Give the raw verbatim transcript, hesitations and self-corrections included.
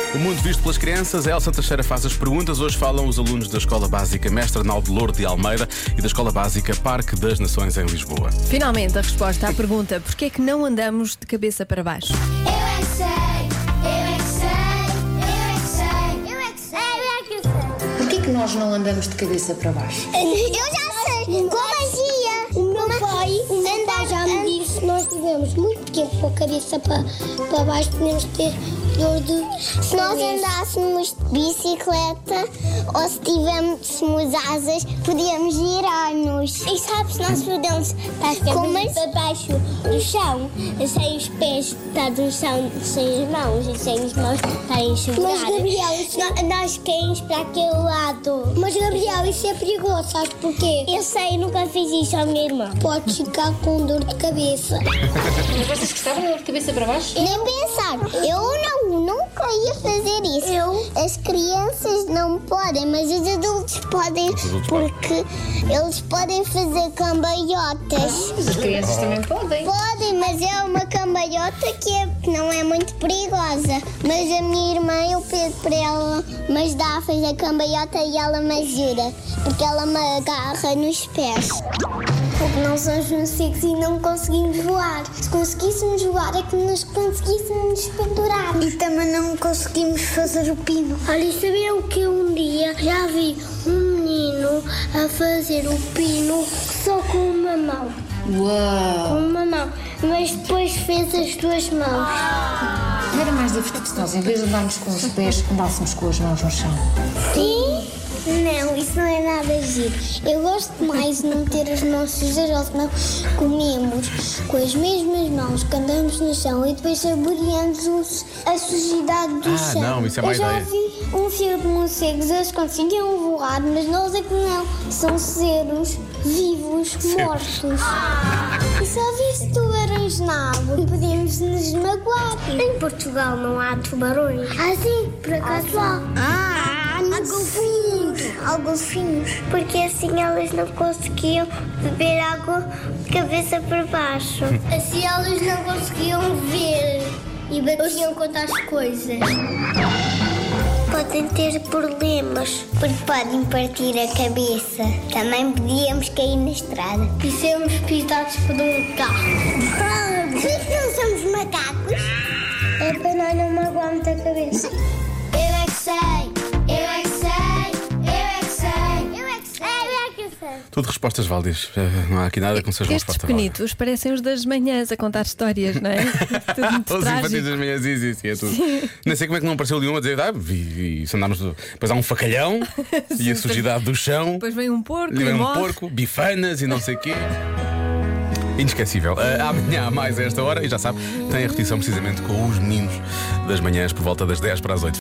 O mundo visto pelas crianças. A Elsa Teixeira faz as perguntas. Hoje falam os alunos da Escola Básica Mestre Arnaldo Louro de Almeida e da Escola Básica Parque das Nações em Lisboa. Finalmente a resposta à pergunta: porquê é que não andamos de cabeça para baixo? Eu é que sei, eu é que sei, eu é que sei, eu é que sei, eu é que sei. Porquê que nós não andamos de cabeça para baixo? Eu já sei, com magia. O meu pai, o meu pai já me disse, nós tivemos muito tempo com a cabeça para, para baixo, podemos ter dor de... Se nós andássemos de bicicleta ou se tivéssemos asas, podíamos girar-nos. E sabes, nós podemos estar sempre para baixo do chão, sem os pés estar no chão, sem as mãos e sem as mãos estarem seguradas. Mas Gabriel, isso... nós, nós caímos para aquele lado. Mas Gabriel, isso é perigoso, sabes porquê? Eu sei, nunca fiz isso ao meu irmão. Pode ficar com dor de cabeça. Mas vocês gostavam de andar de cabeça para baixo? Nem pensar, eu não, nunca ia fazer isso. Eu? As crianças não podem, mas os adultos podem, porque eles podem fazer cambalhotas. Mas as crianças também podem. Podem, mas é uma cambalhota que, é, que não é muito perigosa. Mas a minha irmã, eu pedi para ela me ajudar a fazer a cambalhota e ela me ajuda, porque ela me agarra nos pés. Porque não somos morcegos e não conseguimos voar. Se conseguíssemos voar é que nos conseguíssemos pendurar. E também não conseguimos fazer o pino. Olha, e sabiam que um dia já vi um menino a fazer o pino só com uma mão. Uau! Com uma mão. Mas depois fez as duas mãos. Não era mais divertido se nós, em vez de andarmos com os pés, andássemos com as mãos no chão? Sim? Não, isso não é nada giro. Eu gosto mais de não ter as mãos sujas, ou senão comemos com as mesmas mãos que andamos no chão e depois saboreamos a sujidade do Ah, chão. não, isso é má Eu já ideia. vi um filme de morcegos, eles conseguiam voar, mas nós é que não. São seres vivos, mortos. E só vi tubarões na água e podíamos nos magoar. Em Portugal não há tubarões. Ah, sim, por acaso há. Ah, há golfinhos. Há golfinhos. Porque assim elas não conseguiam beber água de cabeça para baixo. Assim elas não conseguiam ver e batiam contra as coisas. Podem ter problemas, porque podem partir a cabeça. Também podíamos cair na estrada. E sermos pisados por um carro. Por que não somos macacos? É para nós não magoarmos a cabeça. Eu é que sei, eu é que sei, eu é que sei, eu é que sei, eu é que sei. Tudo respostas válidas. Eh, Não há aqui nada que não seja uma Estes resposta válida. pequenitos parecem os das manhãs a contar histórias, não é? Tudo muito Os infantis trágico. das manhãs, sim, sim, sim, é tudo. Nem sei como é que não apareceu nenhum a dizer, ah, vi, vi, se andámos. Depois há um facalhão e a sujidade do chão, Depois vem um porco e e vem um morre. porco, bifanas e não sei o quê. Inesquecível. Uh, amanhã há mais a esta hora e já sabe, tem a repetição precisamente com os meninos das manhãs por volta das dez para as oito.